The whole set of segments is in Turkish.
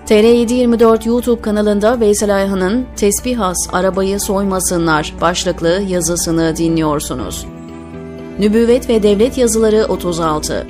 TR724 YouTube kanalında Veysel Ayhan'ın "Tesbihas arabayı soymasınlar" başlıklı yazısını dinliyorsunuz. Nübüvvet ve Devlet Yazıları 36.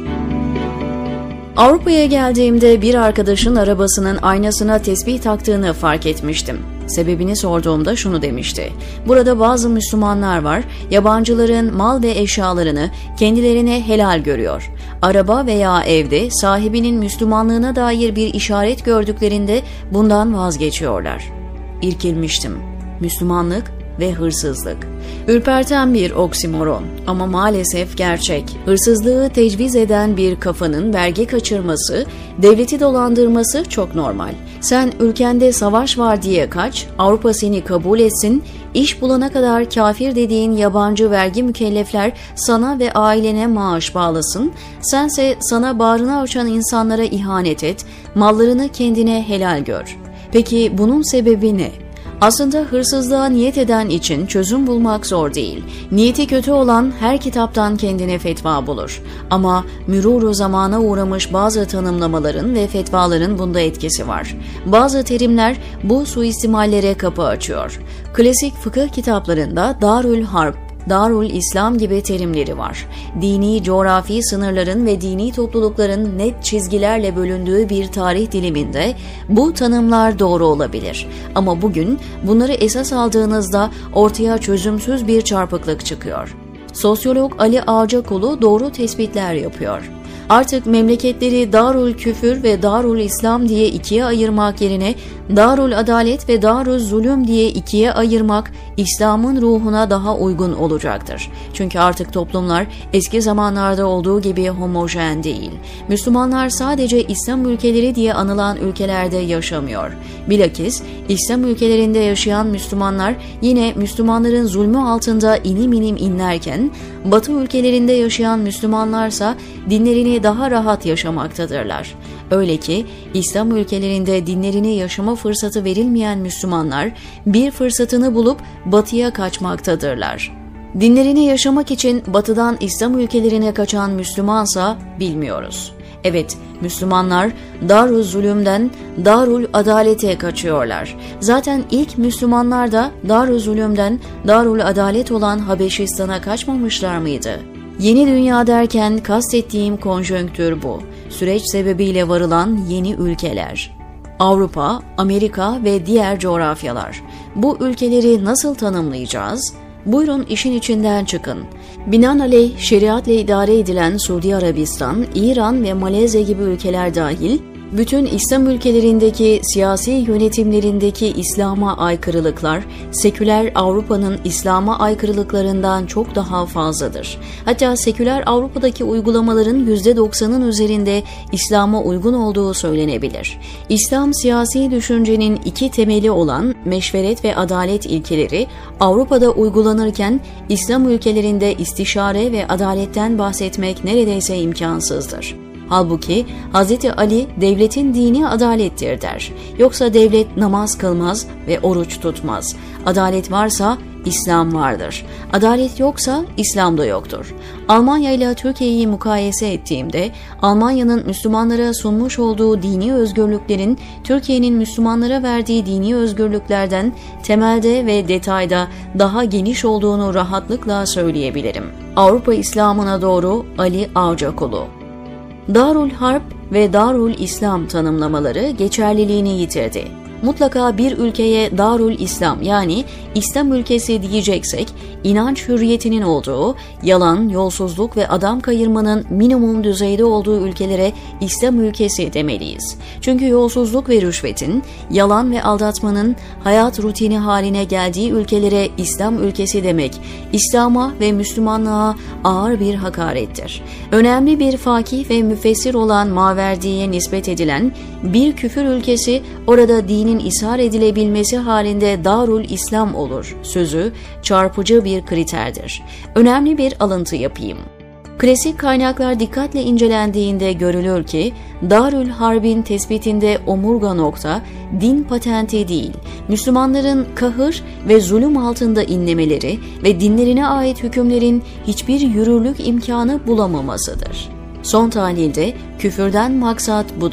Avrupa'ya geldiğimde bir arkadaşın arabasının aynasına tesbih taktığını fark etmiştim. Sebebini sorduğumda şunu demişti: "Burada bazı Müslümanlar var, yabancıların mal ve eşyalarını kendilerine helal görüyor. Araba veya evde sahibinin Müslümanlığına dair bir işaret gördüklerinde bundan vazgeçiyorlar." İrkilmiştim. Müslümanlık ve hırsızlık. Ürperten bir oksimoron ama maalesef gerçek. Hırsızlığı tecviz eden bir kafanın vergi kaçırması, devleti dolandırması çok normal. Sen ülkende savaş var diye kaç, Avrupa seni kabul etsin, iş bulana kadar kafir dediğin yabancı vergi mükellefler sana ve ailene maaş bağlasın, sense sana bağrını açan insanlara ihanet et, mallarını kendine helal gör. Peki bunun sebebi ne? Aslında hırsızlığa niyet eden için çözüm bulmak zor değil. Niyeti kötü olan her kitaptan kendine fetva bulur. Ama mürûr-u zamana uğramış bazı tanımlamaların ve fetvaların bunda etkisi var. Bazı terimler bu suistimallere kapı açıyor. Klasik fıkıh kitaplarında Darül Harp, Darül İslam gibi terimleri var. Dini, coğrafi sınırların ve dini toplulukların net çizgilerle bölündüğü bir tarih diliminde bu tanımlar doğru olabilir. Ama bugün bunları esas aldığınızda ortaya çözümsüz bir çarpıklık çıkıyor. Sosyolog Ali Ağcakulu doğru tespitler yapıyor. Artık memleketleri Darül Küfür ve Darül İslam diye ikiye ayırmak yerine Darül Adalet ve Darül Zulüm diye ikiye ayırmak İslam'ın ruhuna daha uygun olacaktır. Çünkü artık toplumlar eski zamanlarda olduğu gibi homojen değil. Müslümanlar sadece İslam ülkeleri diye anılan ülkelerde yaşamıyor. Bilakis İslam ülkelerinde yaşayan Müslümanlar yine Müslümanların zulmü altında inim inim inlerken, Batı ülkelerinde yaşayan Müslümanlarsa dinlerini daha rahat yaşamaktadırlar. Öyle ki İslam ülkelerinde dinlerini yaşama fırsatı verilmeyen Müslümanlar bir fırsatını bulup Batı'ya kaçmaktadırlar. Dinlerini yaşamak için Batı'dan İslam ülkelerine kaçan Müslümansa bilmiyoruz. Evet, Müslümanlar Darül Zulüm'den Darül Adalet'e kaçıyorlar. Zaten ilk Müslümanlar da Darül Zulüm'den Darül Adalet olan Habeşistan'a kaçmamışlar mıydı? Yeni dünya derken kastettiğim konjonktür bu. Süreç sebebiyle varılan yeni ülkeler. Avrupa, Amerika ve diğer coğrafyalar. Bu ülkeleri nasıl tanımlayacağız? Buyurun işin içinden çıkın. Binaenaleyh şeriatla idare edilen Suudi Arabistan, İran ve Malezya gibi ülkeler dahil, bütün İslam ülkelerindeki siyasi yönetimlerindeki İslam'a aykırılıklar, seküler Avrupa'nın İslam'a aykırılıklarından çok daha fazladır. Hatta seküler Avrupa'daki uygulamaların %90'ın üzerinde İslam'a uygun olduğu söylenebilir. İslam siyasi düşüncenin iki temeli olan meşveret ve adalet ilkeleri Avrupa'da uygulanırken İslam ülkelerinde istişare ve adaletten bahsetmek neredeyse imkansızdır. Halbuki Hz. Ali devletin dini adalettir der. Yoksa devlet namaz kılmaz ve oruç tutmaz. Adalet varsa İslam vardır. Adalet yoksa İslam da yoktur. Almanya ile Türkiye'yi mukayese ettiğimde Almanya'nın Müslümanlara sunmuş olduğu dini özgürlüklerin Türkiye'nin Müslümanlara verdiği dini özgürlüklerden temelde ve detayda daha geniş olduğunu rahatlıkla söyleyebilirim. Avrupa İslam'ına doğru Ali Ağcakulu. Darül Harp ve Darül İslam tanımlamaları geçerliliğini yitirdi. Mutlaka bir ülkeye Darül İslam yani İslam ülkesi diyeceksek, inanç hürriyetinin olduğu, yalan, yolsuzluk ve adam kayırmanın minimum düzeyde olduğu ülkelere İslam ülkesi demeliyiz. Çünkü yolsuzluk ve rüşvetin, yalan ve aldatmanın hayat rutini haline geldiği ülkelere İslam ülkesi demek, İslam'a ve Müslümanlığa ağır bir hakarettir. Önemli bir fakih ve müfessir olan Maverdi'ye nispet edilen bir küfür ülkesi orada dinin ishar edilebilmesi halinde Darül İslam olur sözü çarpıcı bir kriterdir. Önemli bir alıntı yapayım. Klasik kaynaklar dikkatle incelendiğinde görülür ki Darül Harb'in tespitinde omurga nokta din patenti değil, Müslümanların kahır ve zulüm altında inlemeleri ve dinlerine ait hükümlerin hiçbir yürürlük imkanı bulamamasıdır. Son tahlilde küfürden maksat budur.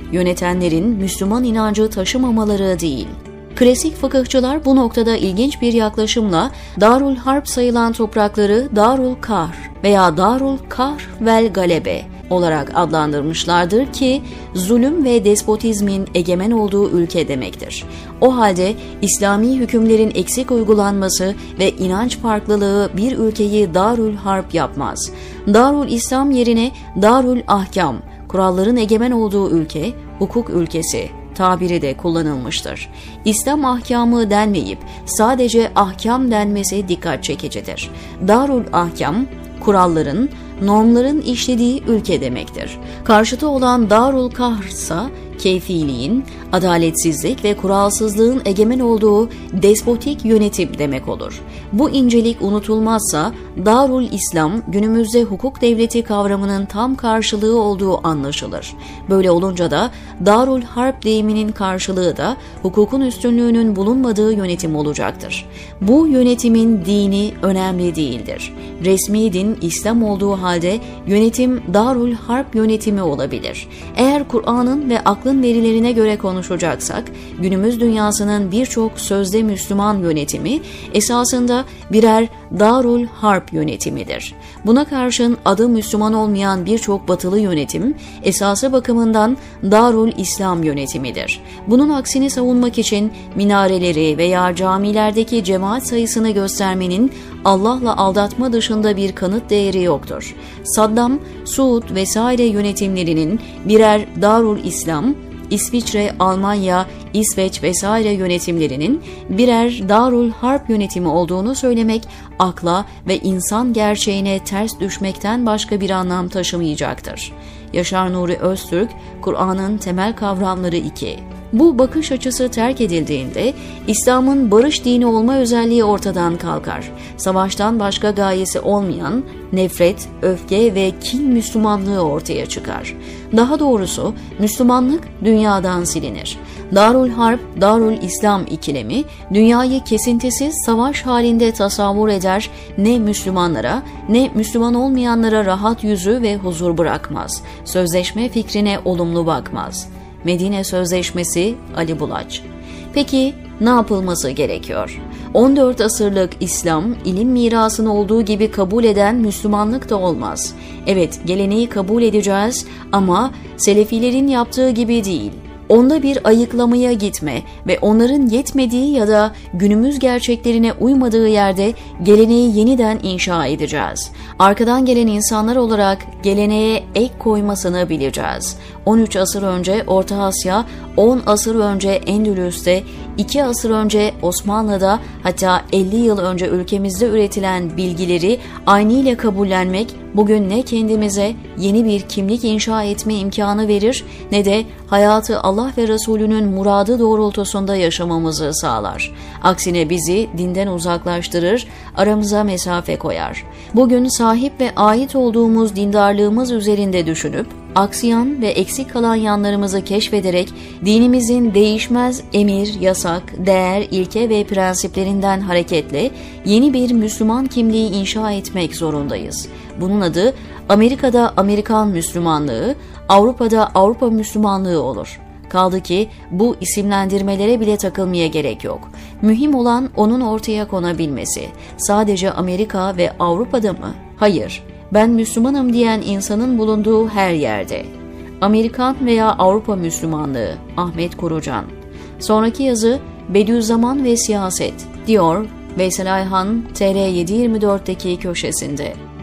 yönetenlerin Müslüman inancı taşımamaları değil. Klasik fıkıhçılar bu noktada ilginç bir yaklaşımla Darul Harp sayılan toprakları Darul Kahr veya Darul Kahr vel Galebe olarak adlandırmışlardır ki zulüm ve despotizmin egemen olduğu ülke demektir. O halde İslami hükümlerin eksik uygulanması ve inanç farklılığı bir ülkeyi Darul Harp yapmaz. Darul İslam yerine Darul Ahkam, kuralların egemen olduğu ülke, hukuk ülkesi tabiri de kullanılmıştır. İslam ahkamı denmeyip sadece ahkam denmesi dikkat çekicidir. Darul Ahkam, kuralların, normların işlediği ülke demektir. Karşıtı olan Darul Kahr ise keyfiliğin, adaletsizlik ve kuralsızlığın egemen olduğu despotik yönetim demek olur. Bu incelik unutulmazsa Darul İslam günümüzde hukuk devleti kavramının tam karşılığı olduğu anlaşılır. Böyle olunca da Darul Harp deyiminin karşılığı da hukukun üstünlüğünün bulunmadığı yönetim olacaktır. Bu yönetimin dini önemli değildir. Resmi din İslam olduğu halde yönetim Darul Harp yönetimi olabilir. Eğer Kur'an'ın ve aklın verilerine göre konuşacaksak, günümüz dünyasının birçok sözde Müslüman yönetimi esasında birer Darul Harp yönetimidir. Buna karşın adı Müslüman olmayan birçok batılı yönetim, esası bakımından Darul İslam yönetimidir. Bunun aksini savunmak için minareleri veya camilerdeki cemaat sayısını göstermenin Allah'la aldatma dışında bir kanıt değeri yoktur. Saddam, Suud vesaire yönetimlerinin birer Darul İslam, İsviçre, Almanya, İsveç vesaire yönetimlerinin birer Darul Harp yönetimi olduğunu söylemek akla ve insan gerçeğine ters düşmekten başka bir anlam taşımayacaktır. Yaşar Nuri Öztürk, Kur'an'ın temel kavramları 2. Bu bakış açısı terk edildiğinde İslam'ın barış dini olma özelliği ortadan kalkar. Savaştan başka gayesi olmayan nefret, öfke ve kin Müslümanlığı ortaya çıkar. Daha doğrusu Müslümanlık dünyadan silinir. Darul Harp, Darul İslam ikilemi dünyayı kesintisiz savaş halinde tasavvur eder, ne Müslümanlara ne Müslüman olmayanlara rahat yüzü ve huzur bırakmaz. Sözleşme fikrine olumlu bakmaz. Medine Sözleşmesi, Ali Bulaç. Peki ne yapılması gerekiyor? 14 asırlık İslam, ilim mirasını olduğu gibi kabul eden Müslümanlık da olmaz. Evet, geleneği kabul edeceğiz ama Selefilerin yaptığı gibi değil. Onda bir ayıklamaya gitme ve onların yetmediği ya da günümüz gerçeklerine uymadığı yerde geleneği yeniden inşa edeceğiz. Arkadan gelen insanlar olarak geleneğe ek koymasını bileceğiz. 13 asır önce Orta Asya, 10 asır önce Endülüs'te, 2 asır önce Osmanlı'da, hatta 50 yıl önce ülkemizde üretilen bilgileri aynıyla kabullenmek bugün ne kendimize yeni bir kimlik inşa etme imkanı verir ne de hayatı Allah ve Resulünün muradı doğrultusunda yaşamamızı sağlar. Aksine bizi dinden uzaklaştırır, aramıza mesafe koyar. Bugün sahip ve ait olduğumuz dindarlığımız üzerinde düşünüp, aksayan ve eksik kalan yanlarımızı keşfederek dinimizin değişmez emir, yasak, değer, ilke ve prensiplerinden hareketle yeni bir Müslüman kimliği inşa etmek zorundayız. Bunun adı Amerika'da Amerikan Müslümanlığı, Avrupa'da Avrupa Müslümanlığı olur. Kaldı ki bu isimlendirmelere bile takılmaya gerek yok. Mühim olan onun ortaya konabilmesi. Sadece Amerika ve Avrupa'da mı? Hayır. Ben Müslümanım diyen insanın bulunduğu her yerde. Amerikan veya Avrupa Müslümanlığı, Ahmet Kurucan. Sonraki yazı Bediüzzaman ve Siyaset, diyor Veysel Ayhan, TR724'deki köşesinde.